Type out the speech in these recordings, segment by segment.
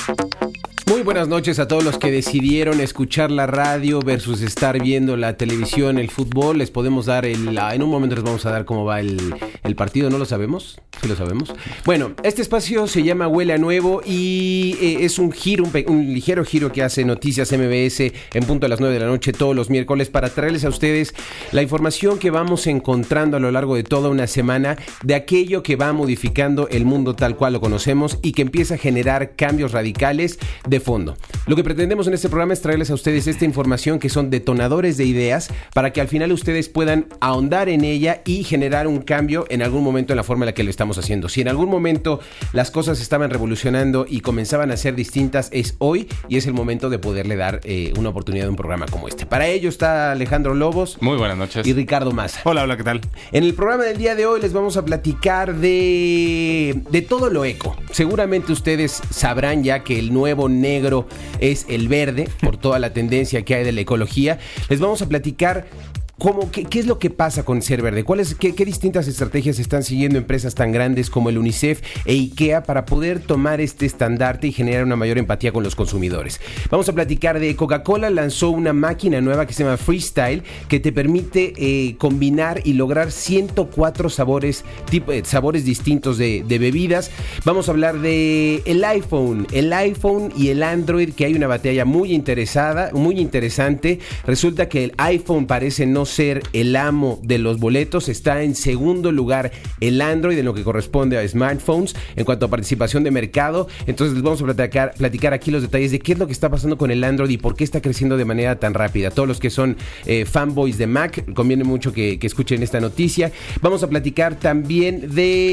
Muy buenas noches a todos los que decidieron escuchar la radio versus estar viendo la televisión, el fútbol. Les podemos dar en un momento les vamos a dar cómo va el partido, ¿no lo sabemos? ¿Sí lo sabemos? Bueno, este espacio se llama Huele a Nuevo y es un ligero giro que hace Noticias MBS en punto a las 9 de la noche todos los miércoles para traerles a ustedes la información que vamos encontrando a lo largo de toda una semana de aquello que va modificando el mundo tal cual lo conocemos y que empieza a generar cambios radicales de fondo. Lo que pretendemos en este programa es traerles a ustedes esta información que son detonadores de ideas para que al final ustedes puedan ahondar en ella y generar un cambio en algún momento en la forma en la que lo estamos haciendo. Si en algún momento las cosas estaban revolucionando y comenzaban a ser distintas, es hoy y es el momento de poderle dar una oportunidad a un programa como este. Para ello está Alejandro Lobos. Muy buenas noches. Y Ricardo Maza. Hola, ¿qué tal? En el programa del día de hoy les vamos a platicar de todo lo eco. Seguramente ustedes sabrán ya que el nuevo negro es el verde, por toda la tendencia que hay de la ecología. Les vamos a platicar ¿Qué es lo que pasa con ser verde? ¿Qué distintas estrategias están siguiendo empresas tan grandes como el UNICEF e IKEA para poder tomar este estandarte y generar una mayor empatía con los consumidores? Vamos a platicar de Coca-Cola. Lanzó una máquina nueva que se llama Freestyle que te permite combinar y lograr 104 sabores distintos de bebidas. Vamos a hablar de el iPhone y el Android, que hay una batalla muy interesante. Resulta que el iPhone parece no ser el amo de los boletos. Está en segundo lugar el Android en lo que corresponde a smartphones en cuanto a participación de mercado. Entonces les vamos a platicar aquí los detalles de qué es lo que está pasando con el Android y por qué está creciendo de manera tan rápida. Todos los que son fanboys de Mac, conviene mucho que escuchen esta noticia. Vamos a platicar también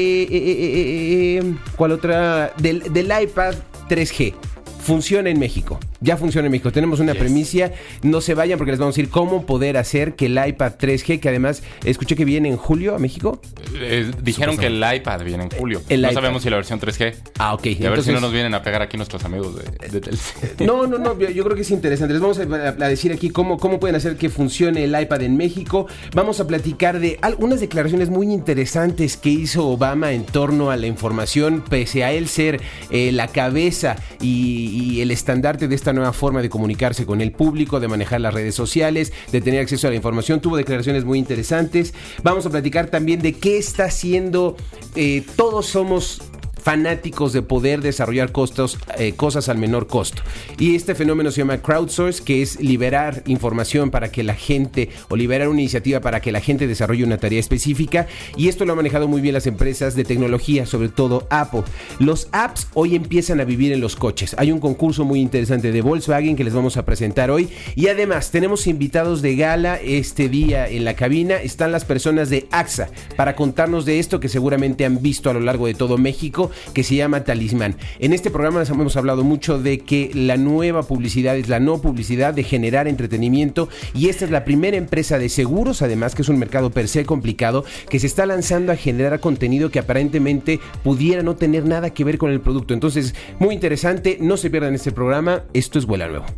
de ¿cuál otra? Del iPad 3G. Funciona en México. Ya funciona en México. Tenemos una premisa. No se vayan porque les vamos a decir cómo poder hacer que el iPad 3G, que además escuché que viene en julio a México. Dijeron que el iPad viene en julio. No sabemos si la versión 3G. Ah, ok. Y a ver si no nos vienen a pegar aquí nuestros amigos de Telcel. No. Yo creo que es interesante. Les vamos a decir aquí cómo pueden hacer que funcione el iPad en México. Vamos a platicar de algunas declaraciones muy interesantes que hizo Obama en torno a la información, pese a él ser la cabeza y el estandarte de esta nueva forma de comunicarse con el público, de manejar las redes sociales, de tener acceso a la información. Tuvo declaraciones muy interesantes. Vamos a platicar también de qué está haciendo. Todos somos fanáticos de poder desarrollar cosas al menor costo. Y este fenómeno se llama crowdsource, que es liberar información para que la gente, o liberar una iniciativa para que la gente desarrolle una tarea específica. Y esto lo han manejado muy bien las empresas de tecnología, sobre todo Apple. Los apps hoy empiezan a vivir en los coches. Hay un concurso muy interesante de Volkswagen que les vamos a presentar hoy. Y además tenemos invitados de gala este día en la cabina. Están las personas de AXA para contarnos de esto que seguramente han visto a lo largo de todo México, que se llama Talismán. En este programa hemos hablado mucho de que la nueva publicidad es la no publicidad, de generar entretenimiento, y esta es la primera empresa de seguros, además que es un mercado per se complicado, que se está lanzando a generar contenido que aparentemente pudiera no tener nada que ver con el producto. Entonces, muy interesante, no se pierdan este programa. Esto es Huele a Nuevo.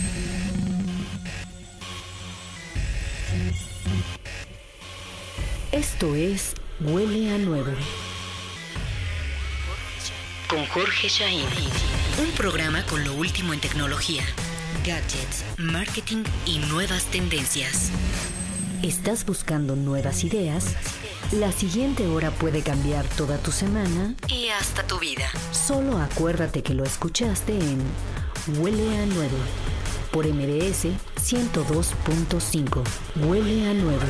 Esto es Huele a Nuevo con Jorge Shahin. Un programa con lo último en tecnología, gadgets, marketing y nuevas tendencias. ¿Estás buscando nuevas ideas? La siguiente hora puede cambiar toda tu semana y hasta tu vida. Solo acuérdate que lo escuchaste en Huele a Nuevo por MBS 102.5. Huele a Nuevo.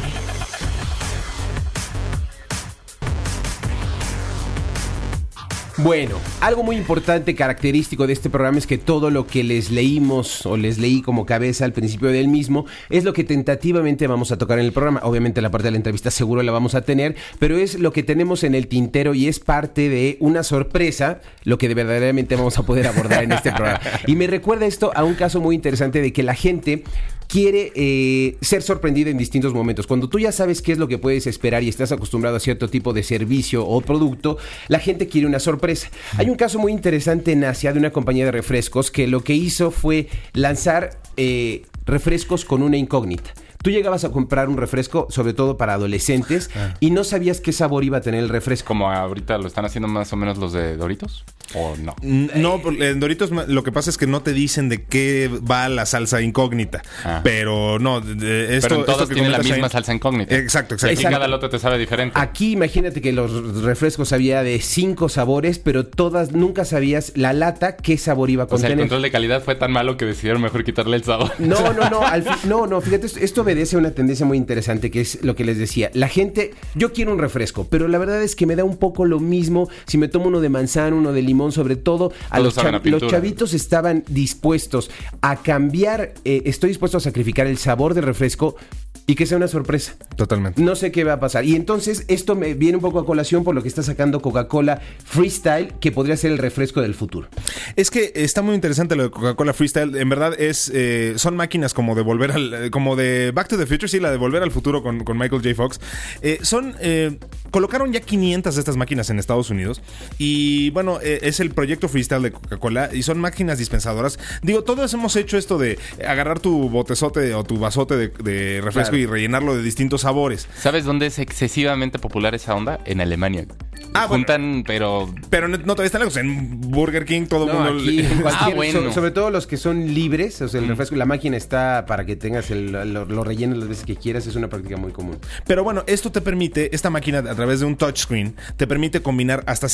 Bueno, algo muy importante, característico de este programa es que todo lo que les leímos o les leí como cabeza al principio del mismo es lo que tentativamente vamos a tocar en el programa. Obviamente la parte de la entrevista seguro la vamos a tener, pero es lo que tenemos en el tintero y es parte de una sorpresa lo que verdaderamente vamos a poder abordar en este programa. Y me recuerda esto a un caso muy interesante de que la gente quiere ser sorprendida en distintos momentos. Cuando tú ya sabes qué es lo que puedes esperar y estás acostumbrado a cierto tipo de servicio o producto, la gente quiere una sorpresa. Hay un caso muy interesante en Asia de una compañía de refrescos que lo que hizo fue lanzar refrescos con una incógnita. Tú llegabas a comprar un refresco, sobre todo para adolescentes, y no sabías qué sabor iba a tener el refresco. ¿Como ahorita lo están haciendo más o menos los de Doritos? ¿O no? No, en Doritos lo que pasa es que no te dicen de qué va la salsa incógnita. Pero no, pero en todos tienen la misma salsa incógnita. Exacto. Y cada lote te sabe diferente. Aquí imagínate que los refrescos había de 5 sabores, pero nunca sabías la lata qué sabor iba a contener. O sea, el control de calidad fue tan malo que decidieron mejor quitarle el sabor. No, fíjate, esto obedece a una tendencia muy interesante, que es lo que les decía. La gente, yo quiero un refresco, pero la verdad es que me da un poco lo mismo si me tomo uno de manzana, uno de limón, sobre todo los chavitos estaban dispuestos a cambiar, estoy dispuesto a sacrificar el sabor del refresco y que sea una sorpresa. Totalmente. No sé qué va a pasar. Y entonces esto me viene un poco a colación por lo que está sacando Coca-Cola Freestyle, que podría ser el refresco del futuro. Es que está muy interesante lo de Coca-Cola Freestyle. En verdad son máquinas como como de Back to the Future, sí, la de Volver al Futuro con Michael J. Fox. Colocaron ya 500 de estas máquinas en Estados Unidos. Y bueno, es el proyecto Freestyle de Coca-Cola. Y son máquinas dispensadoras. Digo, todos hemos hecho esto de agarrar tu botezote o tu vasote de refresco, claro, y rellenarlo de distintos sabores. ¿Sabes dónde es excesivamente popular esa onda? En Alemania. Juntan, pero no todavía están lejos. En Burger King todo el mundo... Aquí, bueno. Sobre todo los que son libres, o sea, el refresco, la máquina está para que tengas lo rellenes las veces que quieras, es una práctica muy común. Pero bueno, esto te permite, esta máquina a través de un touchscreen, te permite combinar hasta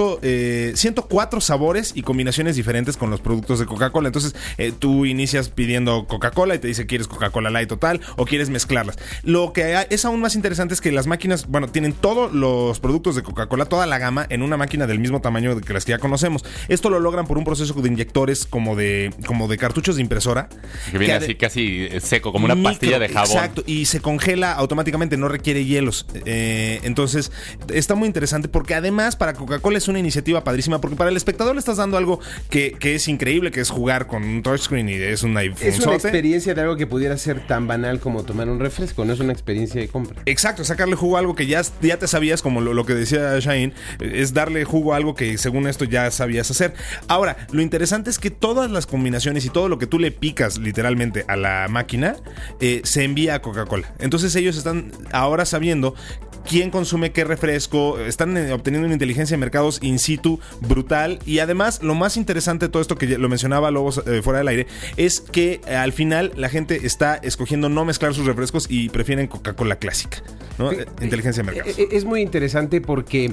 104 sabores y combinaciones diferentes con los productos de Coca-Cola. Entonces, tú inicias pidiendo Coca-Cola y te dice, ¿quieres Coca-Cola Light o tal? O quieres mezclarlas. Lo que es aún más interesante es que las máquinas, bueno, tienen todos los productos de Coca-Cola, toda la gama, en una máquina del mismo tamaño que las que ya conocemos. Esto lo logran por un proceso de inyectores como de cartuchos de impresora. Que viene así casi seco, como una pastilla de jabón. Exacto, y se congela automáticamente, no requiere hielos. Entonces, está muy interesante porque además para Coca-Cola es una iniciativa padrísima, porque para el espectador le estás dando algo que es increíble, que es jugar con un touchscreen y es una experiencia de algo que pudiera ser tan banal como tomar un refresco, no es una experiencia de compra. Exacto, sacarle jugo a algo que ya te sabías, como lo que decía Shaheen, es darle jugo a algo que según esto ya sabías hacer. Ahora, lo interesante es que todas las combinaciones y todo lo que tú le picas literalmente a la máquina se envía a Coca-Cola. Entonces ellos están ahora sabiendo quién consume qué refresco, están obteniendo una inteligencia de mercados in situ brutal. Y además, lo más interesante de todo esto, que lo mencionaba Lobos fuera del aire, es que al final la gente está escogiendo no mezclar sus refrescos y prefieren Coca-Cola clásica, ¿no? Inteligencia de mercados. Es muy interesante porque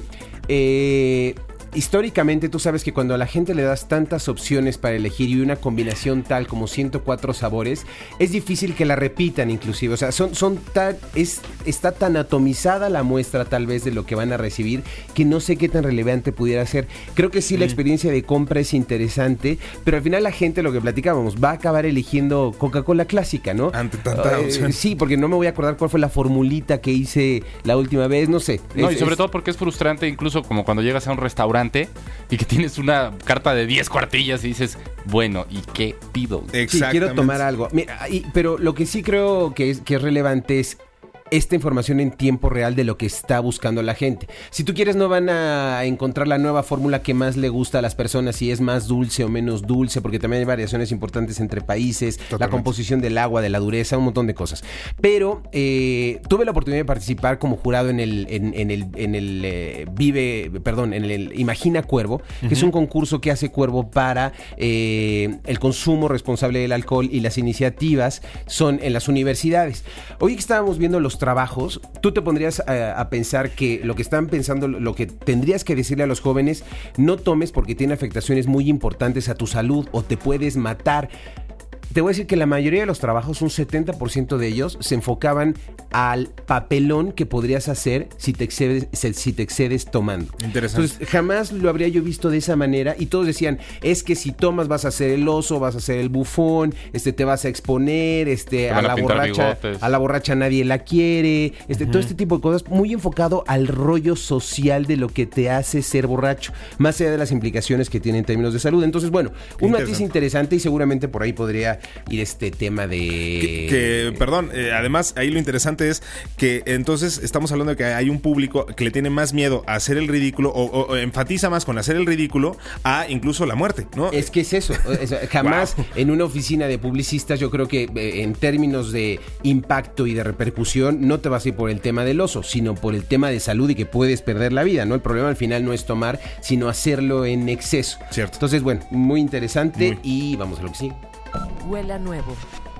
históricamente tú sabes que cuando a la gente le das tantas opciones para elegir y una combinación tal como 104 sabores, es difícil que la repitan inclusive. O sea, está tan atomizada la muestra tal vez de lo que van a recibir que no sé qué tan relevante pudiera ser. Creo que sí, la experiencia de compra es interesante, pero al final la gente, lo que platicábamos, va a acabar eligiendo Coca-Cola clásica, ¿no? Ante tanta opción. Sí, porque no me voy a acordar cuál fue la formulita que hice la última vez, no sé. No, y sobre todo porque es frustrante, incluso como cuando llegas a un restaurante y que tienes una carta de 10 cuartillas y dices, bueno, ¿y qué pido? Sí, quiero tomar algo. Pero lo que sí creo que es relevante es esta información en tiempo real de lo que está buscando la gente. Si tú quieres, no van a encontrar la nueva fórmula que más le gusta a las personas, si es más dulce o menos dulce, porque también hay variaciones importantes entre países. Totalmente. La composición del agua, de la dureza, un montón de cosas. Pero tuve la oportunidad de participar como jurado en el Imagina Cuervo, que es un concurso que hace Cuervo para el consumo responsable del alcohol, y las iniciativas son en las universidades. Hoy que estábamos viendo los trabajos, tú te pondrías a pensar que lo que están pensando, lo que tendrías que decirle a los jóvenes: no tomes porque tiene afectaciones muy importantes a tu salud o te puedes matar. Te voy a decir que la mayoría de los trabajos, un 70% de ellos, se enfocaban al papelón que podrías hacer si te excedes tomando. Interesante. Entonces, jamás lo habría yo visto de esa manera, y todos decían, es que si tomas vas a ser el oso, vas a ser el bufón, te vas a exponer, a la borracha nadie la quiere, todo este tipo de cosas, muy enfocado al rollo social de lo que te hace ser borracho, más allá de las implicaciones que tiene en términos de salud. Entonces, bueno, un matiz interesante, y seguramente por ahí podría tecnología y de este tema de... Perdón, además ahí lo interesante es que entonces estamos hablando de que hay un público que le tiene más miedo a hacer el ridículo o enfatiza más con hacer el ridículo a incluso la muerte, ¿no? Es que es eso. Jamás en una oficina de publicistas, yo creo que en términos de impacto y de repercusión, no te vas a ir por el tema del oso, sino por el tema de salud y que puedes perder la vida, ¿no? El problema al final no es tomar, sino hacerlo en exceso. Cierto. Entonces, bueno, muy interesante y vamos a lo que sigue. Huele a nuevo.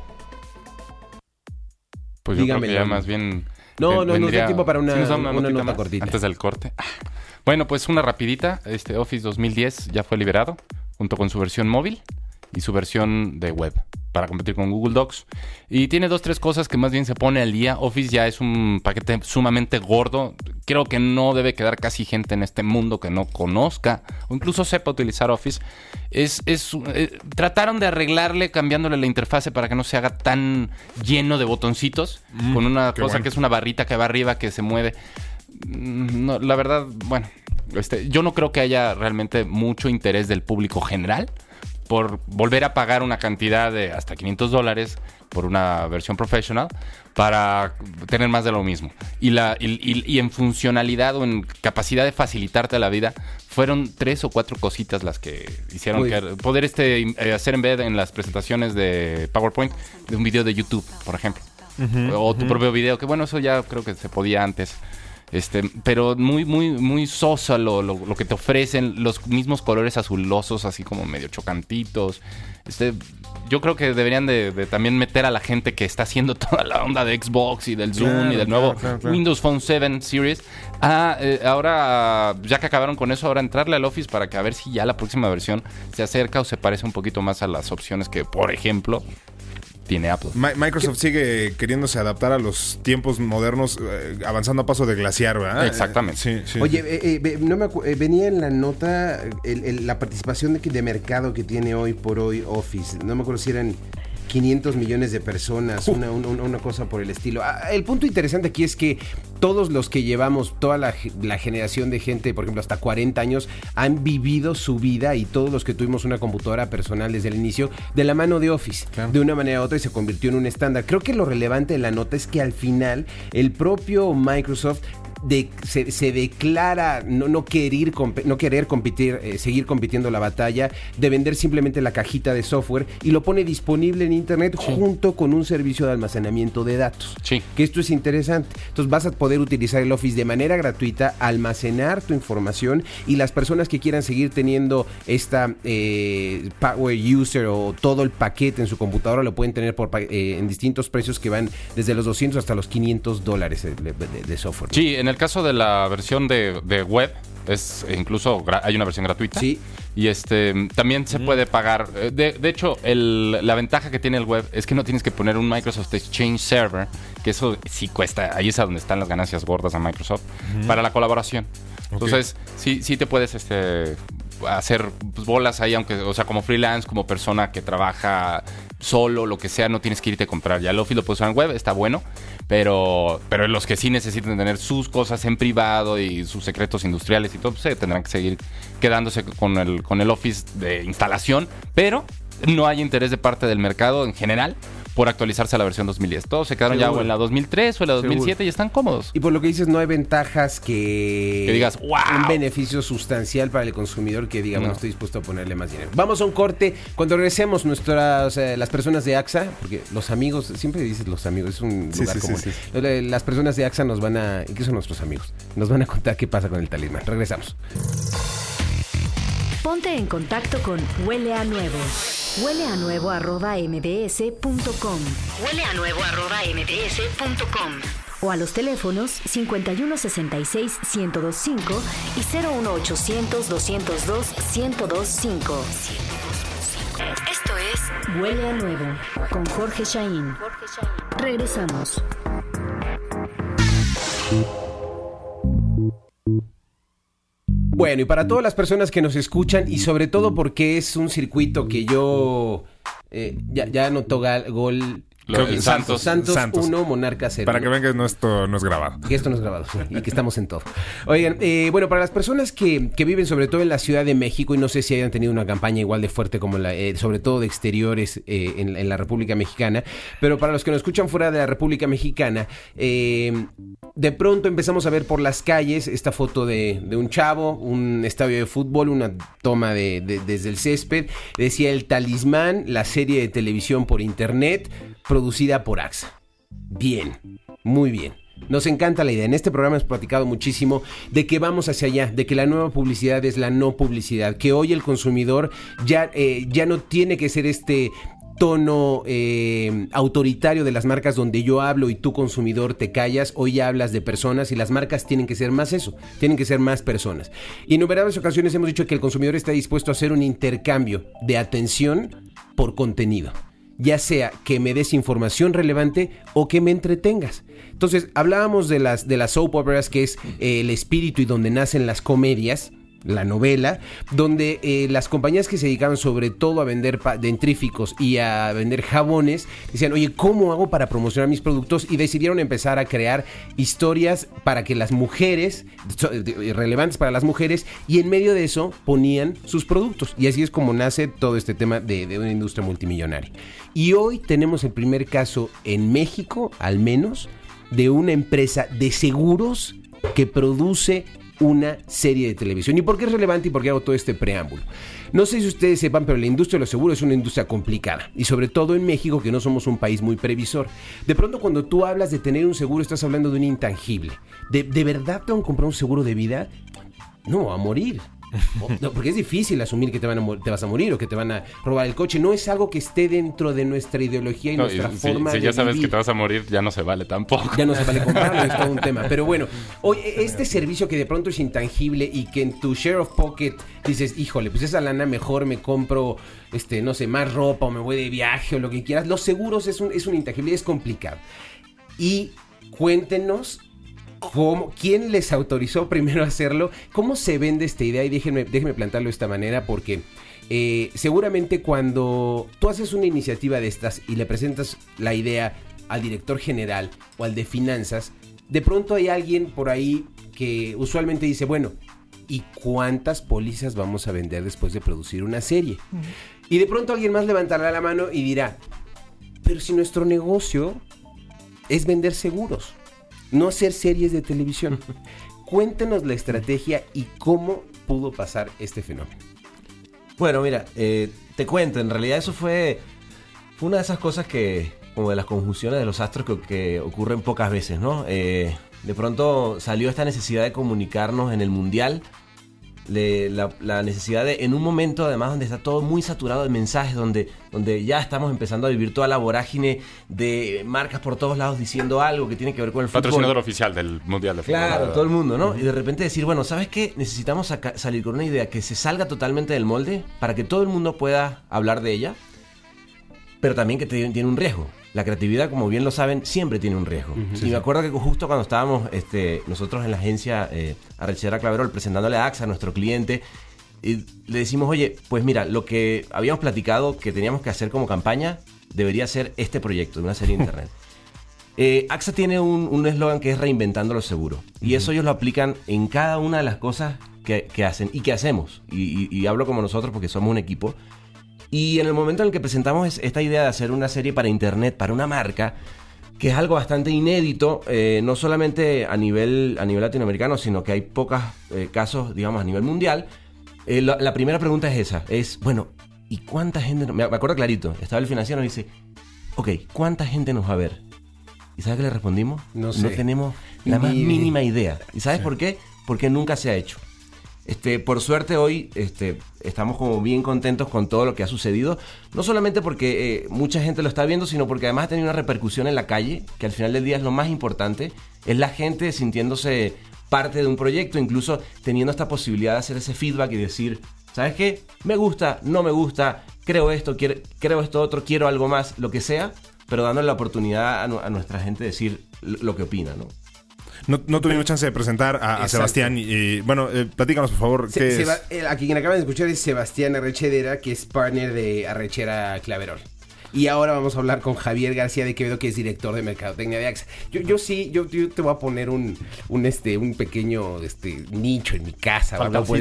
Pues yo Dígamelo. creo que ya más bien... No, nos da tiempo para una nos da nota notita más cortita. antes del corte. Bueno, pues una rapidita. Office 2010 ya fue liberado, junto con su versión móvil y su versión de web, para competir con Google Docs. Y tiene 2-3 cosas que más bien se pone al día. Office ya es un paquete sumamente gordo. Creo que no debe quedar casi gente en este mundo que no conozca o incluso sepa utilizar Office. Trataron de arreglarle cambiándole la interfase para que no se haga tan lleno de botoncitos, con una cosa que es una barrita que va arriba que se mueve. No, la verdad, bueno, yo no creo que haya realmente mucho interés del público general por volver a pagar una cantidad de hasta $500 por una versión professional para tener más de lo mismo. Y en funcionalidad o en capacidad de facilitarte la vida, fueron 3 o 4 cositas las que hicieron que poder hacer embed en las presentaciones de PowerPoint de un video de YouTube, por ejemplo. O tu propio video, que bueno, eso ya creo que se podía antes. Pero muy, muy, muy sosa lo que te ofrecen, los mismos colores azulosos, así como medio chocantitos. Yo creo que deberían de también meter a la gente que está haciendo toda la onda de Xbox y del Zoom y del nuevo Windows Phone 7 Series. Ahora, ya que acabaron con eso, ahora entrarle al Office para que a ver si ya la próxima versión se acerca o se parece un poquito más a las opciones que, por ejemplo, tiene Apple. Microsoft sigue queriéndose adaptar a los tiempos modernos, avanzando a paso de glaciar, ¿verdad? Exactamente. Sí. Oye, venía en la nota la participación de mercado que tiene hoy por hoy Office. No me acuerdo si eran 500 millones de personas, una cosa por el estilo. El punto interesante aquí es que todos los que llevamos, toda la generación de gente, por ejemplo, hasta 40 años, han vivido su vida, y todos los que tuvimos una computadora personal desde el inicio, de la mano de Office, de una manera u otra, y se convirtió en un estándar. Creo que lo relevante de la nota es que al final el propio Microsoft se declara no querer competir, seguir compitiendo la batalla de vender simplemente la cajita de software, y lo pone disponible en internet junto con un servicio de almacenamiento de datos. Que esto es interesante. Entonces vas a poder utilizar el Office de manera gratuita, almacenar tu información, y las personas que quieran seguir teniendo esta Power User o todo el paquete en su computadora lo pueden tener en distintos precios que van desde los $200 hasta los $500 de software. Sí, en el caso de la versión de web, incluso hay una versión gratuita. Sí. Y también se puede pagar. De hecho, la ventaja que tiene el web es que no tienes que poner un Microsoft Exchange Server, que eso sí cuesta. Ahí es a donde están las ganancias gordas a Microsoft para la colaboración. Entonces, sí te puedes hacer bolas ahí, aunque, o sea, como freelance, como persona que trabaja solo, lo que sea, no tienes que irte a comprar. Ya el Office lo puedes usar en web, está bueno, pero los que sí necesitan tener sus cosas en privado y sus secretos industriales y todo, pues tendrán que seguir quedándose con el Office de instalación, pero no hay interés de parte del mercado en general por actualizarse a la versión 2010. Todos se quedaron ya o en la 2003 o en la 2007 y están cómodos. Y por lo que dices, no hay ventajas que digas, ¡wow! Un beneficio sustancial para el consumidor que diga, bueno, estoy dispuesto a ponerle más dinero. Vamos a un corte. Cuando regresemos, las personas de AXA, porque los amigos, siempre dices los amigos, es un lugar común. Sí. Las personas de AXA incluso nuestros amigos, nos van a contar qué pasa con el talismán. Regresamos. Ponte en contacto con Huele a Nuevo. hueleanuevo@mbs.com. hueleanuevo@mbs.com. O a los teléfonos 5166-1025 y 01800-202-1025. Esto es Huele a Nuevo con Jorge Shain. Regresamos. Bueno, y para todas las personas que nos escuchan, y sobre todo porque es un circuito que yo ya anotó gol Santos. Santos 1, Monarca 0. Para que vean que esto no es grabado. Que esto no es grabado, sí, y que estamos en todo. Oigan, bueno, para las personas que viven sobre todo en la Ciudad de México, y no sé si hayan tenido una campaña igual de fuerte como la, sobre todo de exteriores en la República Mexicana, pero para los que nos escuchan fuera de la República Mexicana, de pronto empezamos a ver por las calles esta foto de un chavo, un estadio de fútbol, una toma desde el césped, decía El Talismán, la serie de televisión por internet, producida por AXA. Bien, muy bien. Nos encanta la idea. En este programa hemos platicado muchísimo de que vamos hacia allá, de que la nueva publicidad es la no publicidad, que hoy el consumidor ya no tiene que ser este tono autoritario de las marcas donde yo hablo y tú consumidor te callas. Hoy ya hablas de personas y las marcas tienen que ser más eso, tienen que ser más personas. Y en innumerables ocasiones hemos dicho que el consumidor está dispuesto a hacer un intercambio de atención por contenido, ya sea que me des información relevante o que me entretengas. Entonces, hablábamos de las soap operas, que es el espíritu y donde nacen las comedias, la novela, donde las compañías que se dedicaban sobre todo a vender dentríficos y a vender jabones, decían, oye, ¿cómo hago para promocionar mis productos? Y decidieron empezar a crear historias para que las mujeres, relevantes para las mujeres, y en medio de eso ponían sus productos. Y así es como nace todo este tema de una industria multimillonaria. Y hoy tenemos el primer caso en México, al menos, de una empresa de seguros que produce una serie de televisión. ¿Y por qué es relevante y por qué hago todo este preámbulo? No sé si ustedes sepan, pero la industria de los seguros es una industria complicada. Y sobre todo en México, que no somos un país muy previsor. De pronto, cuando tú hablas de tener un seguro, estás hablando de un intangible. ¿De verdad tengo que comprar un seguro de vida? No, a morir. No, porque es difícil asumir que te vas a morir o que te van a robar el coche. No es algo que esté dentro de nuestra ideología y nuestra forma de vivir. Si ya sabes que te vas a morir, ya no se vale tampoco. Ya no se vale comprarlo, es todo un tema. Pero bueno, hoy este servicio que de pronto es intangible y que en tu share of pocket dices, híjole, pues esa lana mejor me compro, no sé, más ropa o me voy de viaje o lo que quieras. Los seguros es un intangible y es complicado. Y cuéntenos ¿quién les autorizó primero a hacerlo? ¿Cómo se vende esta idea? Y déjenme plantearlo de esta manera, porque seguramente cuando tú haces una iniciativa de estas y le presentas la idea al director general o al de finanzas, de pronto hay alguien por ahí que usualmente dice, bueno, ¿y cuántas pólizas vamos a vender después de producir una serie? Y de pronto alguien más levantará la mano y dirá, pero si nuestro negocio es vender seguros, no hacer series de televisión. Cuéntenos la estrategia y cómo pudo pasar este fenómeno. Bueno, mira, te cuento, en realidad eso fue una de esas cosas que, como de las conjunciones de los astros que ocurren pocas veces, ¿no? De pronto salió esta necesidad de comunicarnos en el Mundial, la necesidad de, en un momento además donde está todo muy saturado de mensajes, donde ya estamos empezando a vivir toda la vorágine de marcas por todos lados diciendo algo que tiene que ver con el fútbol. Patrocinador oficial del Mundial de Fútbol. Claro, todo el mundo, ¿no? Y de repente decir, bueno, ¿sabes qué? Necesitamos salir con una idea que se salga totalmente del molde para que todo el mundo pueda hablar de ella, pero también que tiene un riesgo. La creatividad, como bien lo saben, siempre tiene un riesgo. Y me acuerdo que justo cuando estábamos nosotros en la agencia Arrechedera Claverol presentándole a AXA, a nuestro cliente, le decimos, oye, pues mira, lo que habíamos platicado que teníamos que hacer como campaña debería ser este proyecto de una serie de internet. AXA tiene un eslogan que es reinventando lo seguro. Y eso ellos lo aplican en cada una de las cosas que hacen y que hacemos. Y hablo como nosotros porque somos un equipo. Y en el momento en el que presentamos esta idea de hacer una serie para internet, para una marca, que es algo bastante inédito, no solamente a nivel latinoamericano, sino que hay pocos casos, digamos, a nivel mundial. La primera pregunta es esa, bueno, ¿y cuánta gente? Me acuerdo clarito, estaba el financiero y dice, ok, ¿cuánta gente nos va a ver? ¿Y sabes qué le respondimos? No sé. No tenemos la más mínima idea. ¿Y sabes por qué? Porque nunca se ha hecho. Por suerte hoy estamos como bien contentos con todo lo que ha sucedido, no solamente porque mucha gente lo está viendo, sino porque además ha tenido una repercusión en la calle, que al final del día es lo más importante, es la gente sintiéndose parte de un proyecto, incluso teniendo esta posibilidad de hacer ese feedback y decir, ¿sabes qué? Me gusta, no me gusta, creo esto otro, quiero algo más, lo que sea, pero dándole la oportunidad a nuestra gente de decir lo que opina, ¿no? No tuvimos chance de presentar a Sebastián. Bueno, platícanos, por favor. A quien acaban de escuchar es Sebastián Arrechedera, que es partner de Arrechera Claverol. Y ahora vamos a hablar con Javier García de Quevedo, que es director de Mercadotecnia de AXA. Yo te voy a poner un pequeño nicho en mi casa.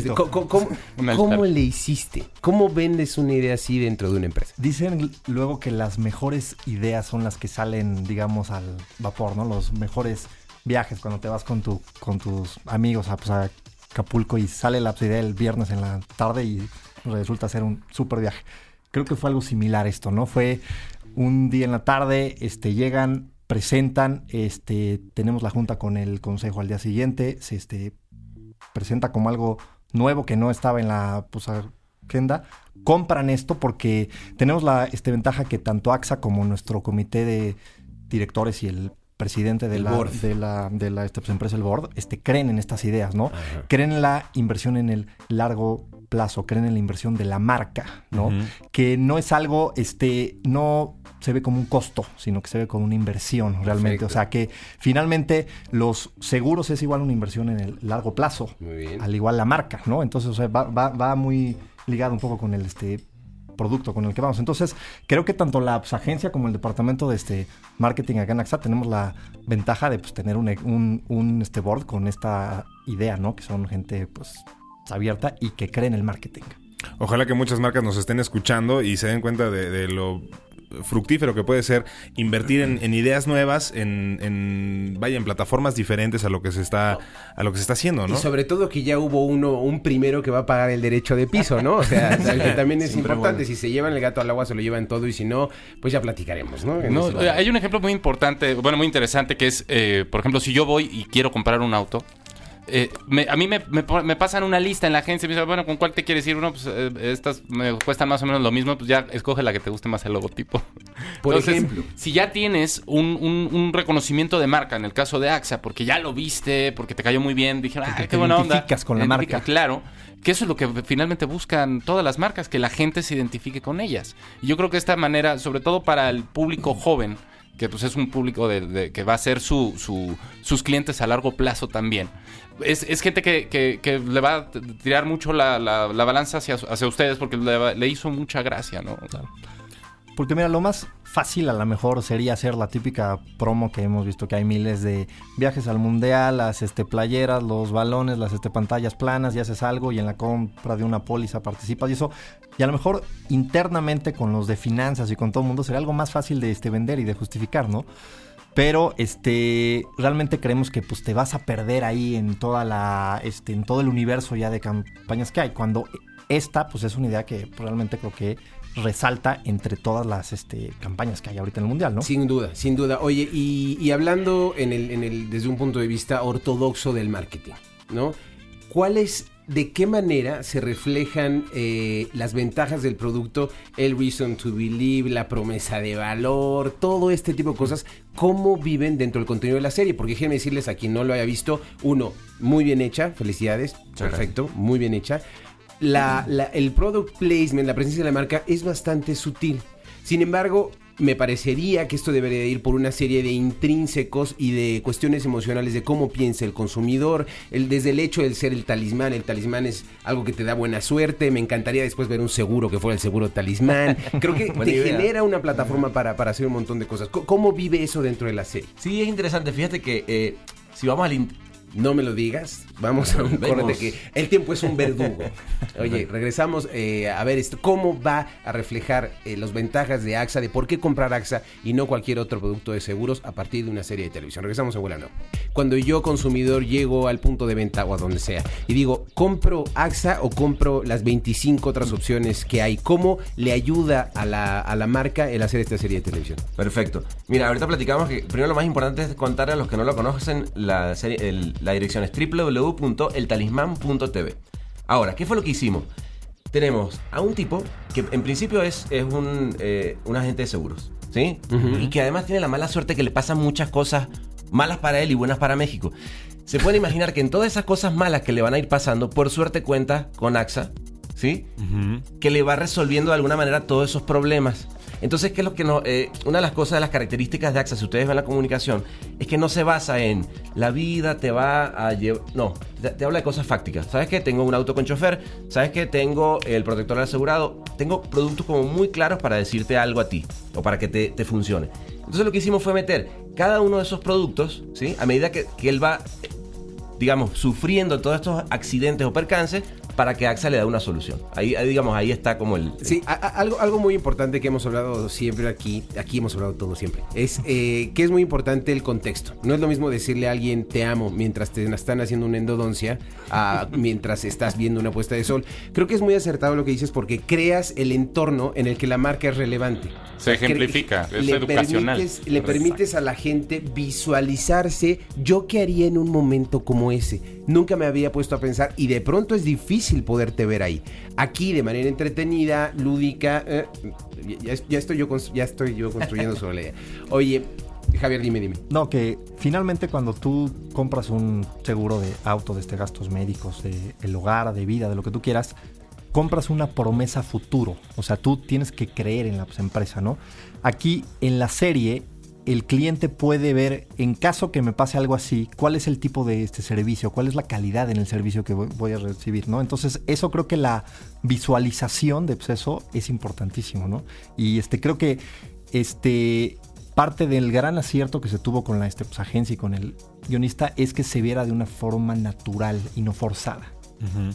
¿Cómo le hiciste? ¿Cómo vendes una idea así dentro de una empresa? Dicen luego que las mejores ideas son las que salen, digamos, al vapor, ¿no? Los mejores viajes cuando te vas con tus amigos a Acapulco y sale la idea el viernes en la tarde y resulta ser un súper viaje. Creo que fue algo similar esto, ¿no? Fue un día en la tarde, llegan, presentan, tenemos la junta con el consejo al día siguiente, se presenta como algo nuevo que no estaba en la agenda. Compran esto porque tenemos la ventaja que tanto AXA como nuestro comité de directores y el presidente de la empresa, el board, creen en estas ideas, ¿no? Ajá. Creen en la inversión en el largo plazo, creen en la inversión de la marca, ¿no? Uh-huh. Que no es algo, no se ve como un costo, sino que se ve como una inversión realmente. Perfecto. O sea, que finalmente los seguros es igual una inversión en el largo plazo. Muy bien. Al igual la marca, ¿no? Entonces, o sea, va muy ligado un poco con el producto con el que vamos. Entonces, creo que tanto la agencia como el departamento de marketing acá en AXA tenemos la ventaja de tener un board con esta idea, ¿no? Que son gente abierta y que cree en el marketing. Ojalá que muchas marcas nos estén escuchando y se den cuenta de lo fructífero que puede ser invertir en ideas nuevas, en plataformas diferentes a lo que se está haciendo, ¿no? Y sobre todo que ya hubo un primero que va a pagar el derecho de piso, ¿no? O sea, que también es importante. Bueno. Si se llevan el gato al agua, se lo llevan todo, y si no, pues ya platicaremos, ¿no? Hay un ejemplo muy importante, muy interesante, que es, por ejemplo, si yo voy y quiero comprar un auto, a mí me pasan una lista en la agencia y me dicen, bueno, ¿con cuál te quieres ir? Pues estas me cuestan más o menos lo mismo, pues ya escoge la que te guste más el logotipo. Por ejemplo, si ya tienes un reconocimiento de marca, en el caso de AXA, porque ya lo viste, porque te cayó muy bien, dijeron, qué buena onda. Te identificas con la marca. Claro, que eso es lo que finalmente buscan todas las marcas, que la gente se identifique con ellas. Y yo creo que esta manera, sobre todo para el público joven, que es un público que va a ser sus clientes a largo plazo también. Es gente que le va a tirar mucho la balanza hacia ustedes, porque le hizo mucha gracia, ¿no? Claro. Porque mira, lo más fácil a lo mejor sería hacer la típica promo que hemos visto, que hay miles de viajes al mundial, las playeras, los balones, las pantallas planas, y haces algo y en la compra de una póliza participas y eso. Y a lo mejor internamente con los de finanzas y con todo el mundo sería algo más fácil de vender y de justificar, ¿no? Pero realmente creemos que te vas a perder ahí en toda en todo el universo ya de campañas que hay, cuando esta es una idea que realmente creo que resalta entre todas las campañas que hay ahorita en el mundial, ¿no? Sin duda. Oye, y hablando desde un punto de vista ortodoxo del marketing, ¿no? ¿De qué manera se reflejan las ventajas del producto, el reason to believe, la promesa de valor, todo este tipo de cosas? ¿Cómo viven dentro del contenido de la serie? Porque déjenme decirles a quien no lo haya visto, muy bien hecha, felicidades, perfecto, muy bien hecha. El product placement, la presencia de la marca es bastante sutil. Sin embargo, me parecería que esto debería ir por una serie de intrínsecos y de cuestiones emocionales de cómo piensa el consumidor, desde el hecho de ser el talismán es algo que te da buena suerte. Me encantaría después ver un seguro que fuera el seguro talismán. Creo que te genera una plataforma para hacer un montón de cosas. ¿Cómo vive eso dentro de la serie? Sí, es interesante. Fíjate que si vamos al... No me lo digas, vamos a un corte que el tiempo es un verdugo. Oye, regresamos a ver esto, cómo va a reflejar las ventajas de AXA, de por qué comprar AXA y no cualquier otro producto de seguros a partir de una serie de televisión. Regresamos en Vuela No. Cuando yo, consumidor, llego al punto de venta o a donde sea y digo, ¿compro AXA o compro las 25 otras opciones que hay? ¿Cómo le ayuda a la marca el hacer esta serie de televisión? Perfecto. Mira, ahorita platicamos que primero lo más importante es contarle a los que no lo conocen la dirección es www.eltalisman.tv. Ahora, ¿qué fue lo que hicimos? Tenemos a un tipo que en principio es un agente de seguros, ¿sí? Uh-huh. Y que además tiene la mala suerte que le pasan muchas cosas malas para él y buenas para México. Se puede imaginar que en todas esas cosas malas que le van a ir pasando, por suerte cuenta con AXA, ¿sí? Uh-huh. Que le va resolviendo de alguna manera todos esos problemas. Entonces, ¿qué es lo que una de las cosas, de las características de AXA, si ustedes ven la comunicación, es que no se basa en la vida te va a llevar... No, te habla de cosas fácticas. ¿Sabes qué? Tengo un auto con chofer. ¿Sabes qué? Tengo el protector del asegurado. Tengo productos como muy claros para decirte algo a ti o para que te funcione. Entonces, lo que hicimos fue meter cada uno de esos productos, ¿sí? A medida que él va, digamos, sufriendo todos estos accidentes o percances, para que AXA le dé una solución. Ahí está como el... Sí, algo muy importante que hemos hablado siempre aquí hemos hablado todo siempre, es que es muy importante el contexto. No es lo mismo decirle a alguien te amo mientras te están haciendo una endodoncia mientras estás viendo una puesta de sol. Creo que es muy acertado lo que dices porque creas el entorno en el que la marca es relevante. Se ejemplifica, es educacional. Le permites a la gente visualizarse yo qué haría en un momento como ese. Nunca me había puesto a pensar y de pronto es difícil poderte ver ahí. Aquí de manera entretenida, lúdica, ya estoy yo construyendo sobre la idea. Oye, Javier, dime. No, que finalmente cuando tú compras un seguro de auto, de gastos médicos, de el hogar, de vida, de lo que tú quieras, compras una promesa futuro. O sea, tú tienes que creer en la empresa, ¿no? Aquí en la serie, el cliente puede ver, en caso que me pase algo así, cuál es el tipo de servicio, cuál es la calidad en el servicio que voy a recibir, ¿no? Entonces, eso creo que la visualización de eso es importantísimo, ¿no? Y creo que parte del gran acierto que se tuvo con la agencia y con el guionista es que se viera de una forma natural y no forzada. Uh-huh.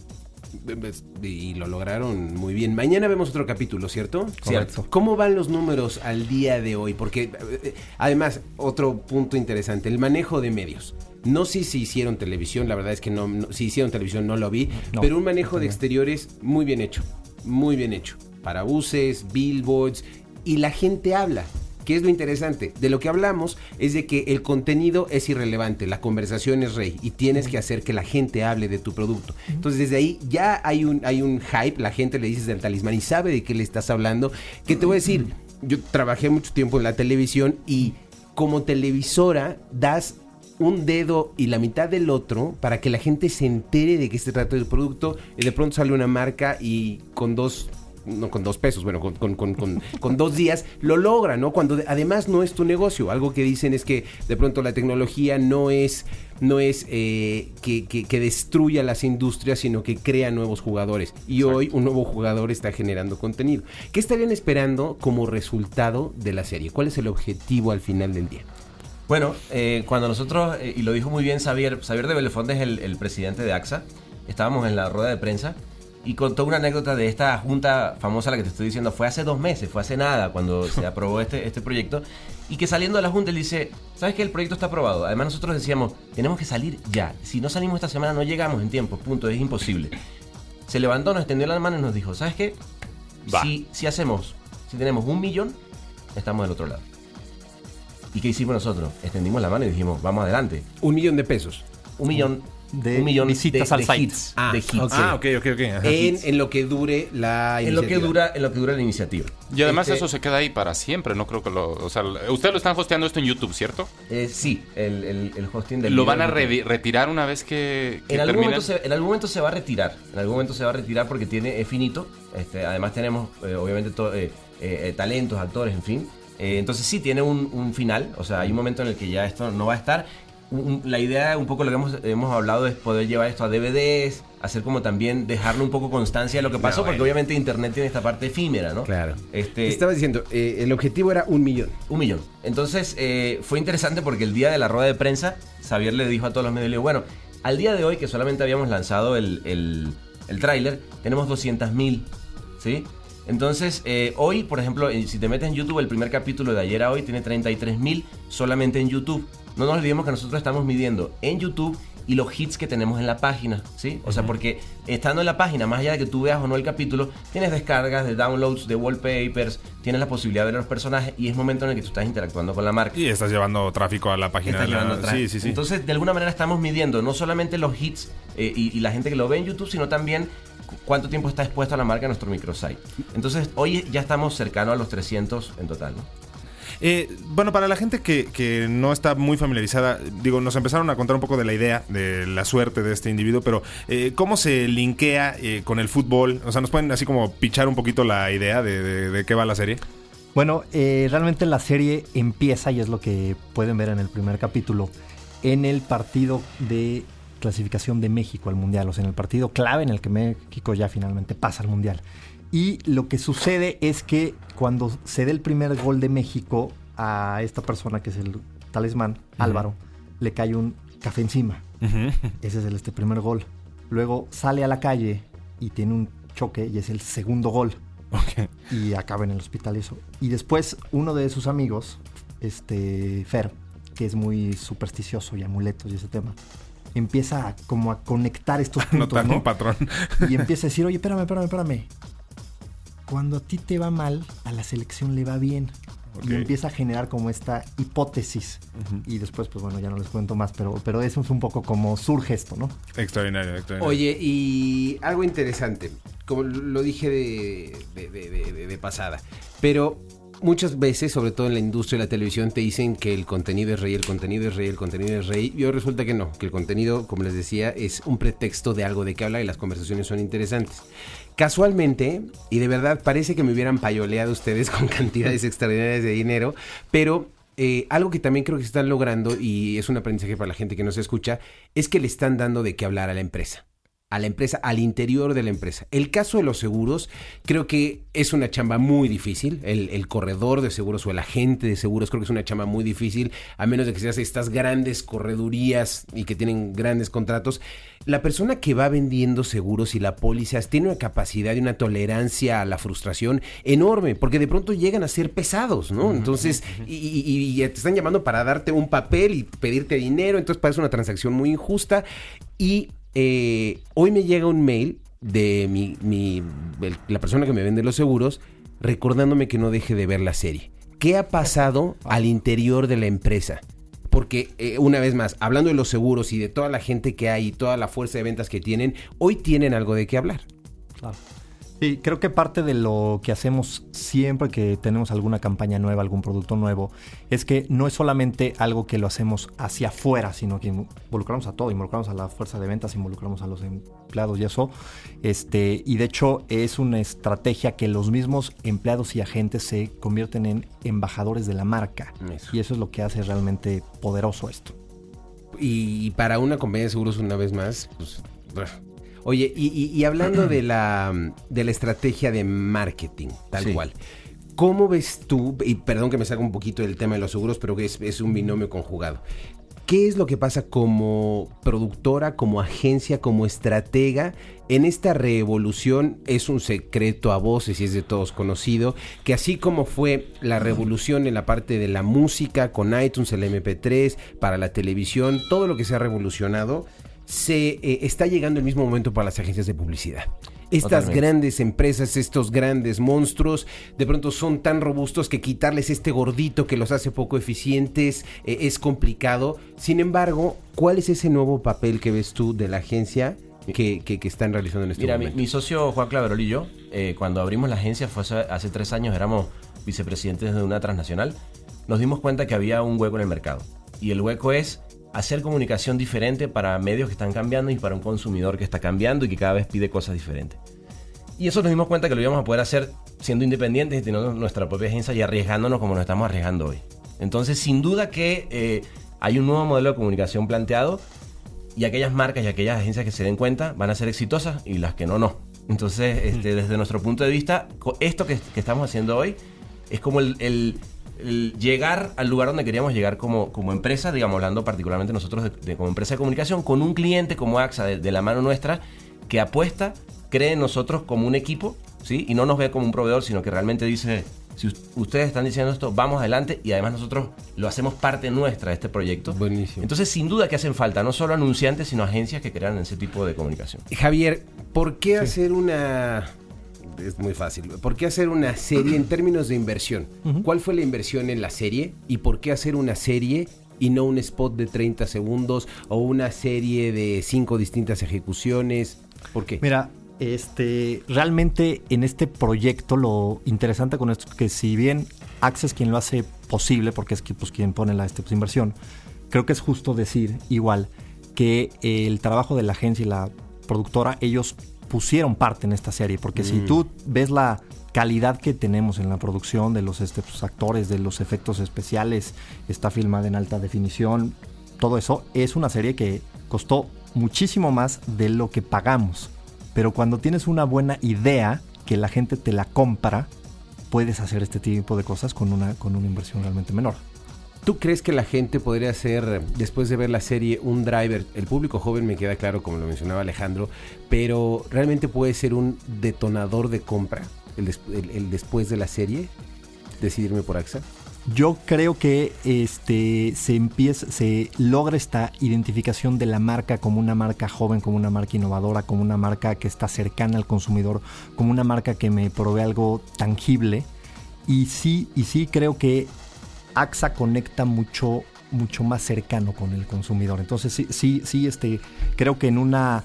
Y lo lograron muy bien. Mañana vemos otro capítulo, ¿cierto? Cierto. ¿Cómo van los números al día de hoy? Porque además, otro punto interesante, el manejo de medios. No sé si hicieron televisión, la verdad es que no si hicieron televisión no lo vi, pero un manejo de exteriores muy bien hecho, para buses, billboards, y la gente habla. ¿Qué es lo interesante? De lo que hablamos es de que el contenido es irrelevante, la conversación es rey y tienes que hacer que la gente hable de tu producto. Entonces desde ahí ya hay un hype, la gente le dices del talismán y sabe de qué le estás hablando. Que te voy a decir, yo trabajé mucho tiempo en la televisión y como televisora das un dedo y la mitad del otro para que la gente se entere de qué se trata del producto y de pronto sale una marca y con 2 pesos, bueno, con 2 días lo logra, ¿no? Cuando además no es tu negocio. Algo que dicen es que de pronto la tecnología no es que destruya las industrias, sino que crea nuevos jugadores. Y exacto, hoy un nuevo jugador está generando contenido. ¿Qué estarían esperando como resultado de la serie? ¿Cuál es el objetivo al final del día? Bueno, cuando nosotros, y lo dijo muy bien Xavier de Belefonte, es el presidente de AXA, estábamos en la rueda de prensa y contó una anécdota de esta junta famosa, la que te estoy diciendo, fue hace 2 meses, fue hace nada, cuando se aprobó este proyecto, y que saliendo de la junta él dice, ¿sabes qué? El proyecto está aprobado. Además nosotros decíamos, tenemos que salir ya, si no salimos esta semana no llegamos en tiempo, punto, es imposible. Se levantó, nos extendió la mano y nos dijo, ¿sabes qué? Si tenemos 1 millón, estamos del otro lado. ¿Y qué hicimos nosotros? Extendimos la mano y dijimos, vamos adelante. 1 millón de pesos. 1 millón de visitas al site. Hits. Ok. En lo que dure la iniciativa. En lo que dura la iniciativa. Y además eso se queda ahí para siempre, no creo que ustedes lo están hosteando esto en YouTube, ¿cierto? Sí, el hosting del ¿Lo van a retirar una vez que en algún momento se va a retirar. En algún momento se va a retirar porque es finito. Además tenemos, obviamente, talentos, actores, en fin. Entonces sí tiene un final. O sea, hay un momento en el que ya esto no va a estar. La idea, un poco lo que hemos hablado, es poder llevar esto a DVDs, hacer como también dejarle un poco constancia de lo que pasó, porque obviamente Internet tiene esta parte efímera, ¿no? Claro. Estaba diciendo, el objetivo era 1 millón. 1 millón. Entonces, fue interesante porque el día de la rueda de prensa, Xavier le dijo a todos los medios, le dijo, bueno, al día de hoy, que solamente habíamos lanzado el tráiler, tenemos 200,000, ¿sí? Entonces, hoy, por ejemplo, si te metes en YouTube, el primer capítulo de ayer a hoy tiene 33,000 solamente en YouTube. No nos olvidemos que nosotros estamos midiendo en YouTube y los hits que tenemos en la página, ¿sí? O sea, porque estando en la página, más allá de que tú veas o no el capítulo, tienes descargas de downloads, de wallpapers, tienes la posibilidad de ver los personajes y es momento en el que tú estás interactuando con la marca. Y estás llevando tráfico a la página. Sí. Entonces, de alguna manera estamos midiendo no solamente los hits y la gente que lo ve en YouTube, sino también cuánto tiempo está expuesto a la marca en nuestro microsite. Entonces, hoy ya estamos cercanos a los 300 en total, ¿no? Bueno, para la gente que no está muy familiarizada, digo, nos empezaron a contar un poco de la idea, de la suerte de este individuo, pero ¿cómo se linkea con el fútbol? O sea, ¿nos pueden así como pichar un poquito la idea de qué va la serie? Bueno, realmente la serie empieza, y es lo que pueden ver en el primer capítulo, en el partido de clasificación de México al Mundial, o sea, en el partido clave en el que México ya finalmente pasa al Mundial. Y lo que sucede es que cuando se dé el primer gol de México, a esta persona que es el talismán, Álvaro, le cae un café encima. Ese es el primer gol. Luego sale a la calle y tiene un choque y es el segundo gol. Okay. Y acaba en el hospital y eso. Y después uno de sus amigos, Fer, que es muy supersticioso y amuletos y ese tema, empieza como a conectar estos puntos, ¿no? Un patrón. Y empieza a decir, oye, espérame. Cuando a ti te va mal, a la selección le va bien. Okay. Y empieza a generar como esta hipótesis. Y después, pues bueno, ya no les cuento más, pero eso es un poco como surge esto, ¿no? Extraordinario. Oye, y algo interesante, como lo dije de pasada, pero muchas veces, sobre todo en la industria de la televisión, te dicen que el contenido es rey, el contenido es rey. Y hoy resulta que no, que el contenido, como les decía, es un pretexto de algo de qué hablar y las conversaciones son interesantes. Casualmente, y de verdad parece que me hubieran payoleado ustedes con cantidades extraordinarias de dinero, pero algo que también creo que están logrando, y es un aprendizaje para la gente que nos escucha, es que le están dando de qué hablar a la empresa, al interior de la empresa. El caso de los seguros, creo que es una chamba muy difícil. El corredor de seguros o el agente de seguros, creo que es una chamba muy difícil, a menos de que seas estas grandes corredurías y que tienen grandes contratos. La persona que va vendiendo seguros y la pólizas tiene una capacidad y una tolerancia a la frustración enorme, porque de pronto llegan a ser pesados, ¿no? Entonces, y te están llamando para darte un papel y pedirte dinero, entonces parece una transacción muy injusta. Y hoy me llega un mail de la persona que me vende los seguros recordándome que no deje de ver la serie. ¿Qué ha pasado al interior de la empresa? Porque, una vez más, hablando de los seguros y de toda la gente que hay y toda la fuerza de ventas que tienen, hoy tienen algo de qué hablar. Claro. Sí, creo que parte de lo que hacemos siempre que tenemos alguna campaña nueva, algún producto nuevo, es que no es solamente algo que lo hacemos hacia afuera, sino que involucramos a todo, involucramos a la fuerza de ventas, involucramos a los empleados y eso. Y de hecho es una estrategia que los mismos empleados y agentes se convierten en embajadores de la marca. Eso. Y eso es lo que hace realmente poderoso esto. Y para una compañía de seguros, una vez más, pues... Oye, y hablando de la estrategia de marketing, tal cual, ¿cómo ves tú, y perdón que me salga un poquito del tema de los seguros, pero que es un binomio conjugado, qué es lo que pasa como productora, como agencia, como estratega en esta revolución? Es un secreto a voces y es de todos conocido, que así como fue la revolución en la parte de la música con iTunes, el MP3, para la televisión, todo lo que se ha revolucionado, está llegando el mismo momento para las agencias de publicidad. Estas grandes empresas, estos grandes monstruos, de pronto son tan robustos que quitarles este gordito que los hace poco eficientes es complicado. Sin embargo, ¿cuál es ese nuevo papel que ves tú de la agencia que están realizando en este momento? Mi socio Juan Claverol y yo, cuando abrimos la agencia, fue hace 3 años, éramos vicepresidentes de una transnacional, nos dimos cuenta que había un hueco en el mercado. Y el hueco es hacer comunicación diferente para medios que están cambiando y para un consumidor que está cambiando y que cada vez pide cosas diferentes. Y eso nos dimos cuenta que lo íbamos a poder hacer siendo independientes y teniendo nuestra propia agencia y arriesgándonos como nos estamos arriesgando hoy. Entonces, sin duda que hay un nuevo modelo de comunicación planteado y aquellas marcas y aquellas agencias que se den cuenta van a ser exitosas y las que no. Entonces, desde nuestro punto de vista, esto que estamos haciendo hoy es como el llegar al lugar donde queríamos llegar como empresa, digamos, hablando particularmente nosotros como empresa de comunicación, con un cliente como AXA de la mano nuestra, que apuesta, cree en nosotros como un equipo, ¿sí? Y no nos ve como un proveedor, sino que realmente dice, si ustedes están diciendo esto, vamos adelante, y además nosotros lo hacemos parte nuestra de este proyecto. Buenísimo. Entonces, sin duda que hacen falta no solo anunciantes, sino agencias que crean ese tipo de comunicación. Javier, ¿por qué hacer una... Es muy fácil. ¿Por qué hacer una serie en términos de inversión? ¿Cuál fue la inversión en la serie? ¿Y por qué hacer una serie y no un spot de 30 segundos o una serie de 5 distintas ejecuciones? ¿Por qué? Mira, realmente en este proyecto lo interesante con esto es que si bien AXA es quien lo hace posible, porque es quien pone la inversión, creo que es justo decir igual que el trabajo de la agencia y la productora, ellos pusieron parte en esta serie, porque si tú ves la calidad que tenemos en la producción de los pues, actores, de los efectos especiales, está filmada en alta definición, todo eso es una serie que costó muchísimo más de lo que pagamos. Pero cuando tienes una buena idea, que la gente te la compra, puedes hacer este tipo de cosas con una inversión realmente menor. ¿Tú crees que la gente podría hacer, después de ver la serie, un driver? El público joven me queda claro, como lo mencionaba Alejandro, pero ¿realmente puede ser un detonador de compra el después de la serie? ¿Decidirme por AXA? Yo creo que se logra esta identificación de la marca como una marca joven, como una marca innovadora, como una marca que está cercana al consumidor, como una marca que me provee algo tangible. Y sí creo que AXA conecta mucho más cercano con el consumidor. Entonces sí, creo que en una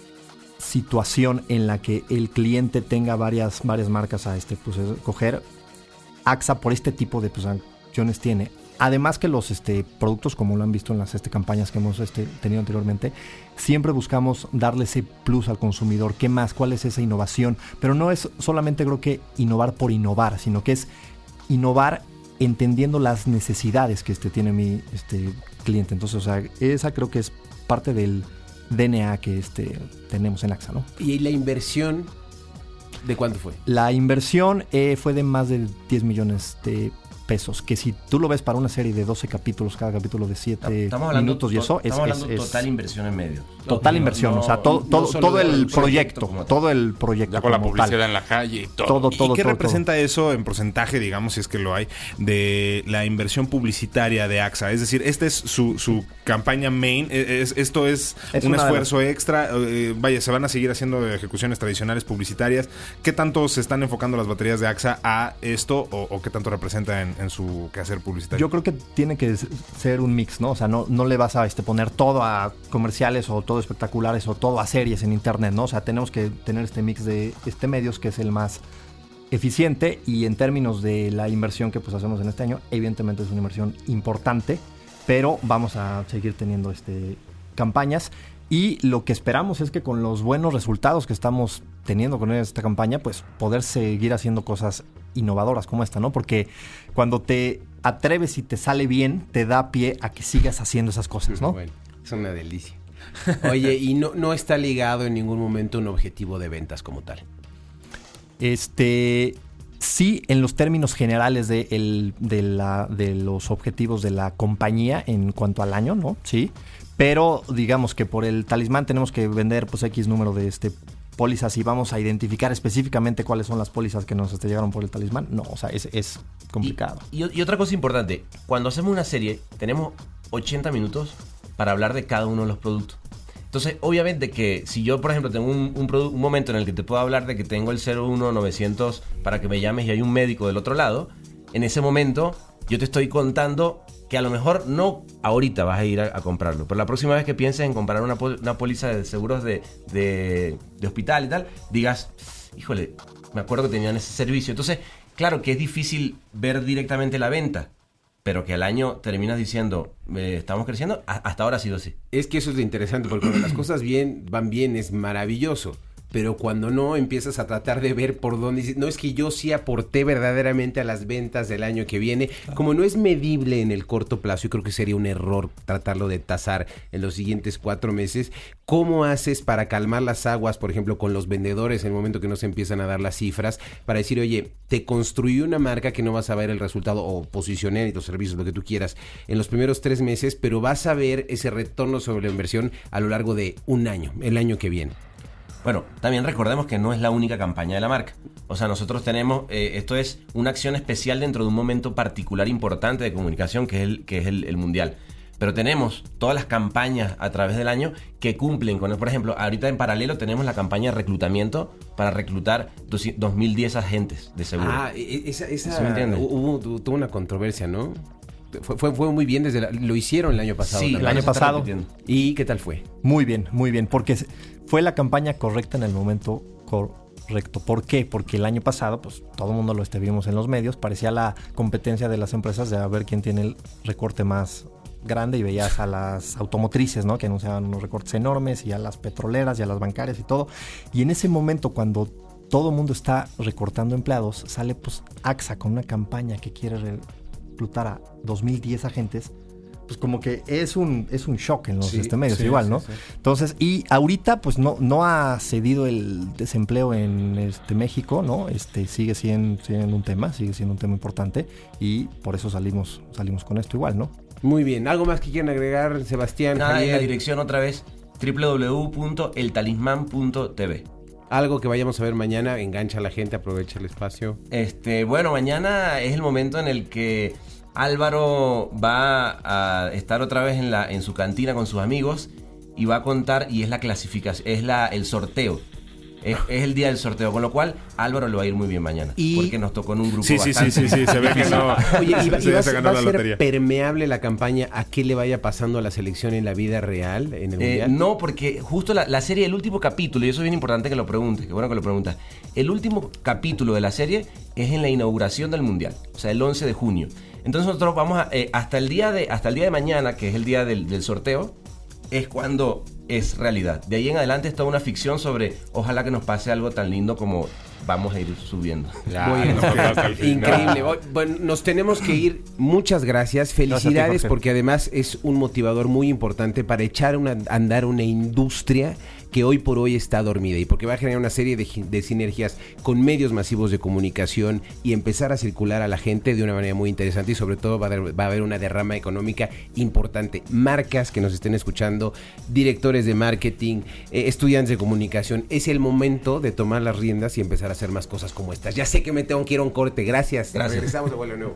situación en la que el cliente tenga varias marcas a escoger, AXA por este tipo de acciones tiene. Además que los productos, como lo han visto en las campañas que hemos tenido anteriormente, siempre buscamos darle ese plus al consumidor. ¿Qué más? ¿Cuál es esa innovación? Pero no es solamente, creo que, innovar por innovar, sino que es innovar entendiendo las necesidades que tiene mi cliente. Entonces, esa creo que es parte del DNA que tenemos en AXA, ¿no? ¿Y la inversión de cuánto fue? La inversión fue de más de 10 millones de pesos, que si tú lo ves para una serie de 12 capítulos, cada capítulo de 7 minutos y eso estamos hablando total inversión en medios. Total inversión, o sea, todo el proyecto, todo el proyecto. Ya con la publicidad en la calle y todo. ¿Y qué representa eso en porcentaje, digamos, si es que lo hay, de la inversión publicitaria de AXA? Es decir, esta es su campaña main, esto es un esfuerzo extra, vaya, se van a seguir haciendo ejecuciones tradicionales publicitarias. ¿Qué tanto se están enfocando las baterías de AXA a esto o qué tanto representa en su quehacer publicitario? Yo creo que tiene que ser un mix, ¿no? O sea, no le vas a poner todo a comerciales o todo espectaculares o todo a series en internet, ¿no? O sea, tenemos que tener este mix de medios que es el más eficiente, y en términos de la inversión que hacemos en este año, evidentemente es una inversión importante, pero vamos a seguir teniendo campañas, y lo que esperamos es que con los buenos resultados que estamos teniendo con esta campaña, pues poder seguir haciendo cosas innovadoras como esta, ¿no? Porque cuando te atreves y te sale bien, te da pie a que sigas haciendo esas cosas, ¿no? Bueno, es una delicia. Oye, ¿y no está ligado en ningún momento un objetivo de ventas como tal? Sí, en los términos generales de los objetivos de la compañía en cuanto al año, ¿no? Sí, pero digamos que por el talismán tenemos que vender X número de pólizas y vamos a identificar específicamente cuáles son las pólizas que nos llegaron por el talismán. No, o sea, es complicado. Y otra cosa importante, cuando hacemos una serie tenemos 80 minutos para hablar de cada uno de los productos. Entonces, obviamente que si yo, por ejemplo, tengo un momento en el que te puedo hablar de que tengo el 01900 para que me llames y hay un médico del otro lado, en ese momento yo te estoy contando que a lo mejor no ahorita vas a ir a comprarlo, pero la próxima vez que pienses en comprar una póliza de seguros de hospital y tal, digas, híjole, me acuerdo que tenían ese servicio. Entonces, claro que es difícil ver directamente la venta, pero que al año terminas diciendo, estamos creciendo, hasta ahora ha sido así. Es que eso es lo interesante, porque cuando las cosas van bien, es maravilloso. Pero cuando no, empiezas a tratar de ver por dónde dices, no, es que yo sí aporté verdaderamente a las ventas del año que viene. Como no es medible en el corto plazo, yo creo que sería un error tratarlo de tasar en los siguientes 4 meses. ¿Cómo haces para calmar las aguas, por ejemplo, con los vendedores en el momento que no se empiezan a dar las cifras? Para decir, oye, te construí una marca que no vas a ver el resultado, o posicioné y tus servicios, lo que tú quieras, en los primeros 3 meses, pero vas a ver ese retorno sobre la inversión a lo largo de un año, el año que viene. Bueno, también recordemos que no es la única campaña de la marca. O sea, nosotros tenemos, esto es una acción especial dentro de un momento particular importante de comunicación que es el Mundial. Pero tenemos todas las campañas a través del año que cumplen con, por ejemplo, ahorita en paralelo tenemos la campaña de reclutamiento para reclutar 2010 agentes de seguro. Esa tuvo una controversia, ¿no? Fue muy bien lo hicieron el año pasado. Sí, el año pasado. ¿Y qué tal fue? Muy bien, porque fue la campaña correcta en el momento correcto. ¿Por qué? Porque el año pasado, pues todo el mundo lo vimos en los medios, parecía la competencia de las empresas de a ver quién tiene el recorte más grande, y veías a las automotrices, ¿no? Que anunciaban unos recortes enormes, y a las petroleras y a las bancarias y todo. Y en ese momento, cuando todo el mundo está recortando empleados, sale pues AXA con una campaña que quiere reclutar a 2,010 agentes, pues como que es un shock en los medios igual, ¿no? Sí. Entonces, y ahorita pues no ha cedido el desempleo en México, ¿no? Sigue siendo un tema importante y por eso salimos con esto igual, ¿no? Muy bien. ¿Algo más que quieran agregar, Sebastián? Nada, en la dirección otra vez, www.eltalisman.tv. Algo que vayamos a ver mañana, engancha a la gente, aprovecha el espacio. Bueno, mañana es el momento en el que Álvaro va a estar otra vez en su cantina con sus amigos y va a contar, y es la clasificación, el sorteo. Es el día del sorteo, con lo cual Álvaro le va a ir muy bien mañana. Porque nos tocó en un grupo bastante... Sí, se ve que no... Oye, ¿va a ser permeable la campaña a qué le vaya pasando a la selección en la vida real, en el Mundial? No, porque justo la serie, el último capítulo, y eso es bien importante que lo preguntes, qué bueno que lo preguntas. El último capítulo de la serie es en la inauguración del Mundial, o sea, el 11 de junio. Entonces nosotros vamos hasta el día de mañana, que es el día del sorteo, es cuando es realidad. De ahí en adelante es toda una ficción sobre ojalá que nos pase algo tan lindo como vamos a ir subiendo. Increíble. Bueno, nos tenemos que ir. Muchas gracias. Felicidades, porque además es un motivador muy importante para echar a andar una industria que hoy por hoy está dormida, y porque va a generar una serie de sinergias con medios masivos de comunicación y empezar a circular a la gente de una manera muy interesante, y sobre todo va a haber una derrama económica importante. Marcas que nos estén escuchando, directores de marketing, estudiantes de comunicación, es el momento de tomar las riendas y empezar a hacer más cosas como estas. Ya sé que me tengo que ir a un corte. Gracias. Regresamos de vuelo nuevo.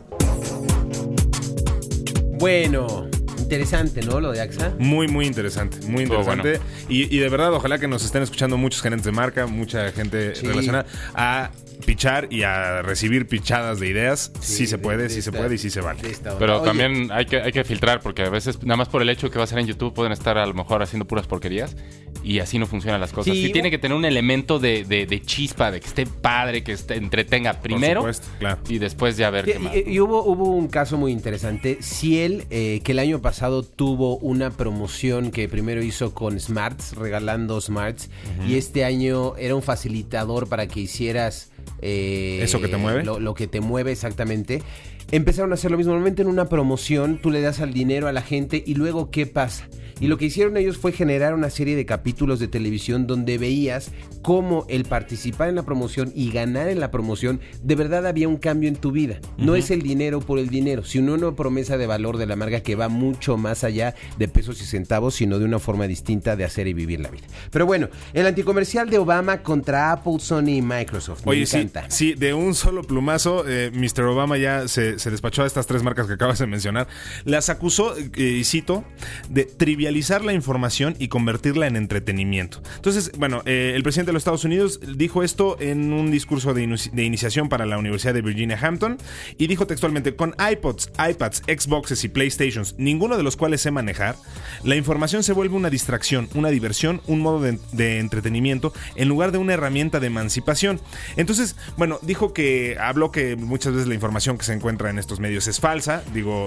Bueno, interesante, ¿no? Lo de AXA. Muy, muy interesante. Muy interesante. Bueno. Y de verdad, ojalá que nos estén escuchando muchos gerentes de marca, mucha gente relacionada a pichar y a recibir pichadas de ideas. Sí se puede y sí se vale. Pero también hay que filtrar, porque a veces, nada más por el hecho de que va a ser en YouTube, pueden estar a lo mejor haciendo puras porquerías, y así no funcionan las cosas. Sí, tiene que tener un elemento de chispa, de que esté padre, que entretenga primero, por supuesto, claro, y después ya ver qué más. Y hubo un caso muy interesante. Ciel, que el año pasado tuvo una promoción que primero hizo con Smarts, regalando Smarts, y este año era un facilitador para que hicieras eso que te mueve. Lo que te mueve, exactamente. Empezaron a hacer lo mismo. Normalmente en una promoción tú le das al dinero a la gente y luego ¿qué pasa? Y lo que hicieron ellos fue generar una serie de capítulos de televisión donde veías cómo el participar en la promoción y ganar en la promoción, de verdad había un cambio en tu vida. No es el dinero por el dinero, sino una promesa de valor de la marca que va mucho más allá de pesos y centavos, sino de una forma distinta de hacer y vivir la vida. Pero bueno, el anticomercial de Obama contra Apple, Sony y Microsoft. Me encanta. Sí, de un solo plumazo, Mr. Obama ya se despachó a estas tres marcas que acabas de mencionar. Las acusó, y cito, de trivializar la información y convertirla en entretenimiento. Entonces, bueno, el presidente de los Estados Unidos dijo esto en un discurso de iniciación para la Universidad de Virginia Hampton, y dijo textualmente: con iPods, iPads, Xboxes y PlayStations, ninguno de los cuales sé manejar, la información se vuelve una distracción, una diversión, un modo de entretenimiento en lugar de una herramienta de emancipación. Entonces, bueno, habló que muchas veces la información que se encuentra en estos medios es falsa,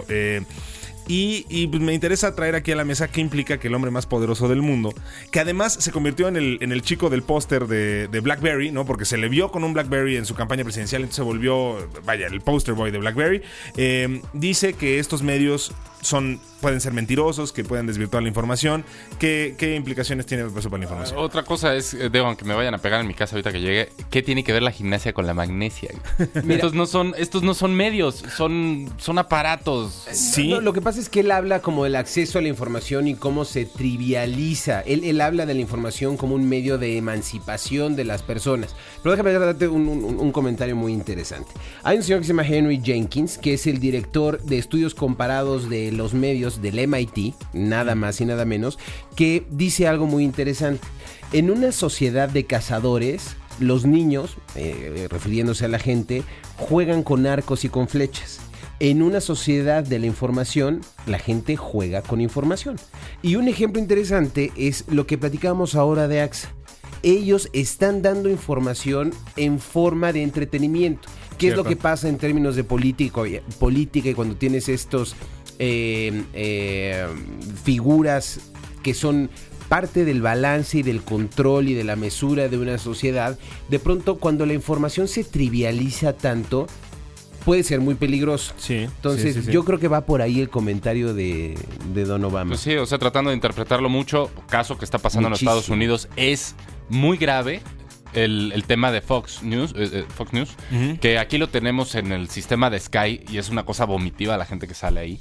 y pues me interesa traer aquí a la mesa qué implica que el hombre más poderoso del mundo, que además se convirtió en el chico del póster de BlackBerry, ¿no? Porque se le vio con un BlackBerry en su campaña presidencial, entonces se volvió, el poster boy de BlackBerry. Dice que estos medios pueden ser mentirosos, que pueden desvirtuar la información. ¿Qué implicaciones tiene eso para la información? Otra cosa es, aunque me vayan a pegar en mi casa ahorita que llegue, ¿qué tiene que ver la gimnasia con la magnesia? Estos no son medios, son aparatos. Sí. No, lo que pasa es que él habla como del acceso a la información y cómo se trivializa. Él habla de la información como un medio de emancipación de las personas. Pero déjame darte un comentario muy interesante. Hay un señor que se llama Henry Jenkins, que es el director de estudios comparados de los medios del MIT, nada más y nada menos, que dice algo muy interesante. En una sociedad de cazadores, los niños, refiriéndose a la gente, juegan con arcos y con flechas. En una sociedad de la información, la gente juega con información. Y un ejemplo interesante es lo que platicábamos ahora de AXA. Ellos están dando información en forma de entretenimiento. ¿Qué es lo que pasa en términos de política y cuando tienes estos figuras que son parte del balance y del control y de la mesura de una sociedad, de pronto cuando la información se trivializa tanto, puede ser muy peligroso. Sí. Entonces, sí. yo creo que va por ahí el comentario de Don Obama. Pues sí, o sea, tratando de interpretarlo mucho, caso que está pasando Muchísimo. en Estados Unidos, es muy grave el tema de Fox News, que aquí lo tenemos en el sistema de Sky y es una cosa vomitiva la gente que sale ahí.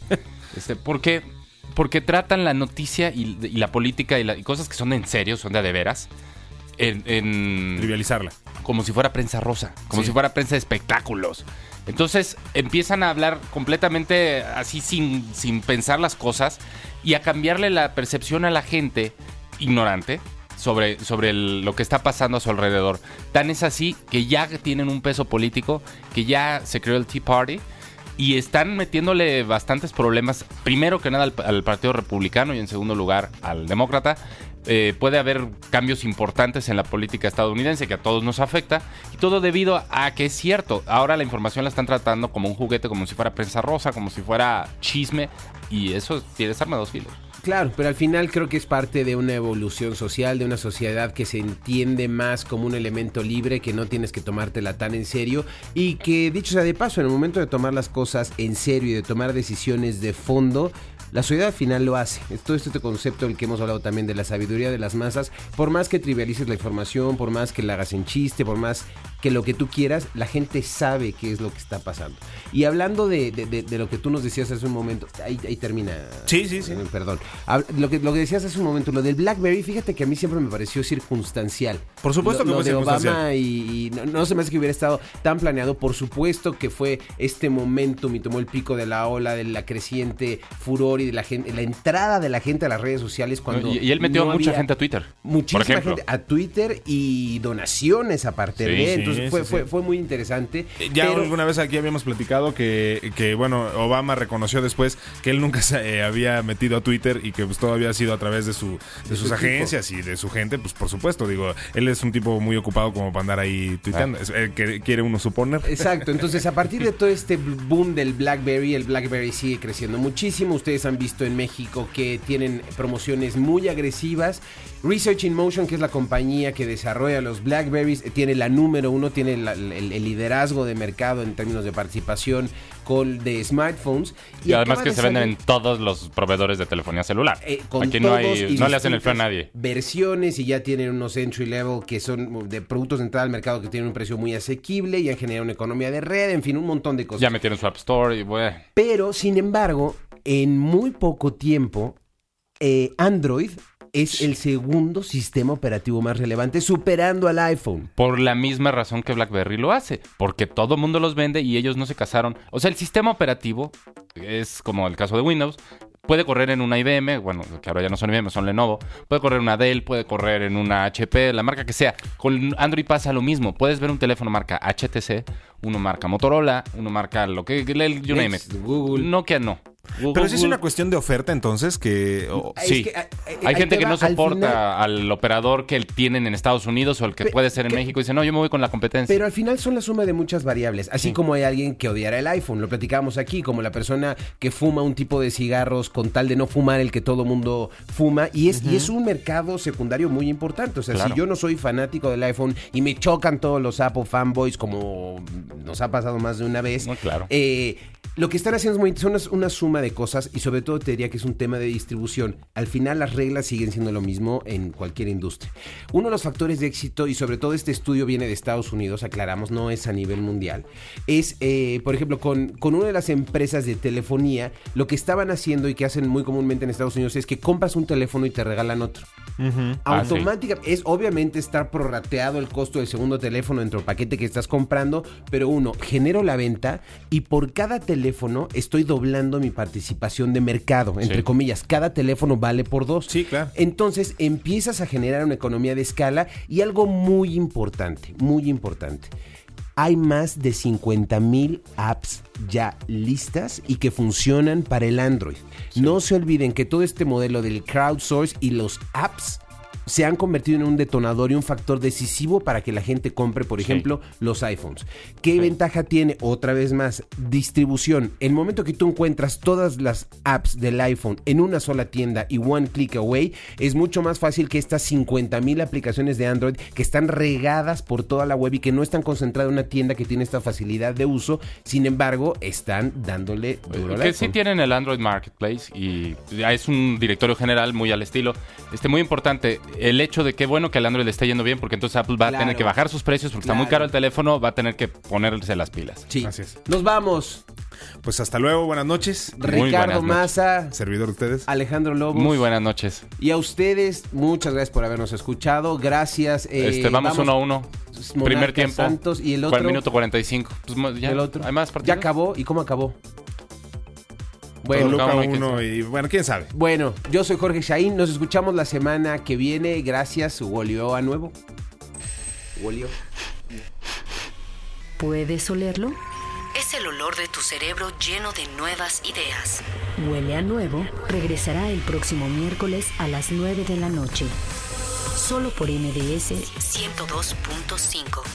Porque tratan la noticia y la política y cosas que son en serio, son de veras, en Trivializarla. como si fuera prensa rosa, como si fuera prensa de espectáculos. Entonces empiezan a hablar completamente así sin pensar las cosas y a cambiarle la percepción a la gente ignorante sobre lo que está pasando a su alrededor. Tan es así que ya tienen un peso político, que ya se creó el Tea Party y están metiéndole bastantes problemas, primero que nada al Partido Republicano y en segundo lugar al Demócrata. Puede haber cambios importantes en la política estadounidense que a todos nos afecta y todo debido a que es cierto, ahora la información la están tratando como un juguete, como si fuera prensa rosa, como si fuera chisme y eso tiene arma de dos filos. Claro, pero al final creo que es parte de una evolución social, de una sociedad que se entiende más como un elemento libre, que no tienes que tomártela tan en serio y que, dicho sea de paso, en el momento de tomar las cosas en serio y de tomar decisiones de fondo, la sociedad al final lo hace. Todo este concepto del que hemos hablado también de la sabiduría de las masas, por más que trivialices la información, por más que la hagas en chiste, por más que lo que tú quieras, la gente sabe qué es lo que está pasando. Y hablando de lo que tú nos decías hace un momento, ahí termina. Sí. Perdón. Lo que decías hace un momento, lo del BlackBerry, fíjate que a mí siempre me pareció circunstancial. Por supuesto que lo fue de circunstancial. Obama y no se me hace que hubiera estado tan planeado. Por supuesto que fue este momentum y tomó el pico de la ola, de la creciente furor y de la gente, la entrada de la gente a las redes sociales cuando Y él metió no a mucha había gente a Twitter. Muchísima por ejemplo. gente a Twitter y donaciones aparte de. Entonces fue muy interesante. Ya pero alguna vez aquí habíamos platicado que bueno, Obama reconoció después que él nunca se había metido a Twitter y que pues todo había sido a través de sus su agencias y de su gente, pues por supuesto, digo, él es un tipo muy ocupado como para andar ahí tuiteando, quiere uno suponer. Exacto, entonces a partir de todo este boom del BlackBerry, el BlackBerry sigue creciendo muchísimo. Ustedes han visto en México que tienen promociones muy agresivas. Research in Motion, que es la compañía que desarrolla los BlackBerrys, tiene la número uno, tiene el liderazgo de mercado en términos de participación de smartphones. Y además que se venden en todos los proveedores de telefonía celular. Aquí no le hacen el feo a nadie. Versiones y ya tienen unos entry level que son de productos de entrada al mercado que tienen un precio muy asequible y han generado una economía de red, en fin, un montón de cosas. Ya metieron su App Store y bueno. Pero, sin embargo, en muy poco tiempo, Android es el segundo sistema operativo más relevante, superando al iPhone. Por la misma razón que BlackBerry lo hace, porque todo el mundo los vende y ellos no se casaron. O sea, el sistema operativo es como el caso de Windows. Puede correr en una IBM, bueno, que ahora ya no son IBM, son Lenovo. Puede correr en una Dell, puede correr en una HP, la marca que sea. Con Android pasa lo mismo. Puedes ver un teléfono marca HTC, uno marca Motorola, uno marca lo que... You name it. Google. Nokia no. Pero si es una cuestión de oferta, entonces, que... Sí, hay gente que no soporta al operador que tienen en Estados Unidos o el que puede ser en México y dice, no, yo me voy con la competencia. Pero al final son la suma de muchas variables. Así como hay alguien que odiará el iPhone, lo platicábamos aquí, como la persona que fuma un tipo de cigarros con tal de no fumar el que todo mundo fuma. Y es un mercado secundario muy importante. O sea, claro. Si yo no soy fanático del iPhone y me chocan todos los Apple fanboys, como nos ha pasado más de una vez, Muy claro. Lo que están haciendo es una suma de cosas y sobre todo te diría que es un tema de distribución. Al final las reglas siguen siendo lo mismo en cualquier industria. Uno de los factores de éxito, y sobre todo este estudio viene de Estados Unidos, aclaramos, no es a nivel mundial, es, por ejemplo, con una de las empresas de telefonía, lo que estaban haciendo y que hacen muy comúnmente en Estados Unidos es que compras un teléfono y te regalan otro. Automáticamente, es obviamente estar prorrateado el costo del segundo teléfono dentro del paquete que estás comprando, pero genero la venta y por cada teléfono estoy doblando mi participación de mercado, entre comillas. Cada teléfono vale por 2. Sí, claro. Entonces empiezas a generar una economía de escala y algo muy importante. Hay más de 50,000 apps ya listas y que funcionan para el Android. No se olviden que todo este modelo del crowdsource y los apps se han convertido en un detonador y un factor decisivo para que la gente compre, por ejemplo, los iPhones. ¿Qué ventaja tiene? Otra vez más, distribución. El momento que tú encuentras todas las apps del iPhone en una sola tienda y one click away, es mucho más fácil que estas 50,000 aplicaciones de Android que están regadas por toda la web y que no están concentradas en una tienda que tiene esta facilidad de uso. Sin embargo, están dándole duro al que iPhone. sí tienen el Android Marketplace y ya es un directorio general muy al estilo. Muy importante, el hecho de que bueno que el Android le esté yendo bien, porque entonces Apple va a tener que bajar sus precios porque está muy caro el teléfono, va a tener que ponerse las pilas. Sí. Así es. Nos vamos. Pues hasta luego, buenas noches. Ricardo Maza, Servidor de ustedes. Alejandro Lobos. Muy buenas noches. Y a ustedes, muchas gracias por habernos escuchado. Gracias. Vamos 1-1. Primer tiempo. Santos, y el otro. Minuto 45. Pues ya, el otro. ¿Hay más partidos? Ya acabó. ¿Y cómo acabó? Bueno, Bueno, Toluca 1 y bueno, quién sabe. bueno, yo soy Jorge Shahin. Nos escuchamos la semana que viene. Gracias. Huolió a nuevo. Huolió. ¿Puedes olerlo? Es el olor de tu cerebro lleno de nuevas ideas. Huele a nuevo. Regresará el próximo miércoles a las 9 de la noche. Solo por MBS 102.5.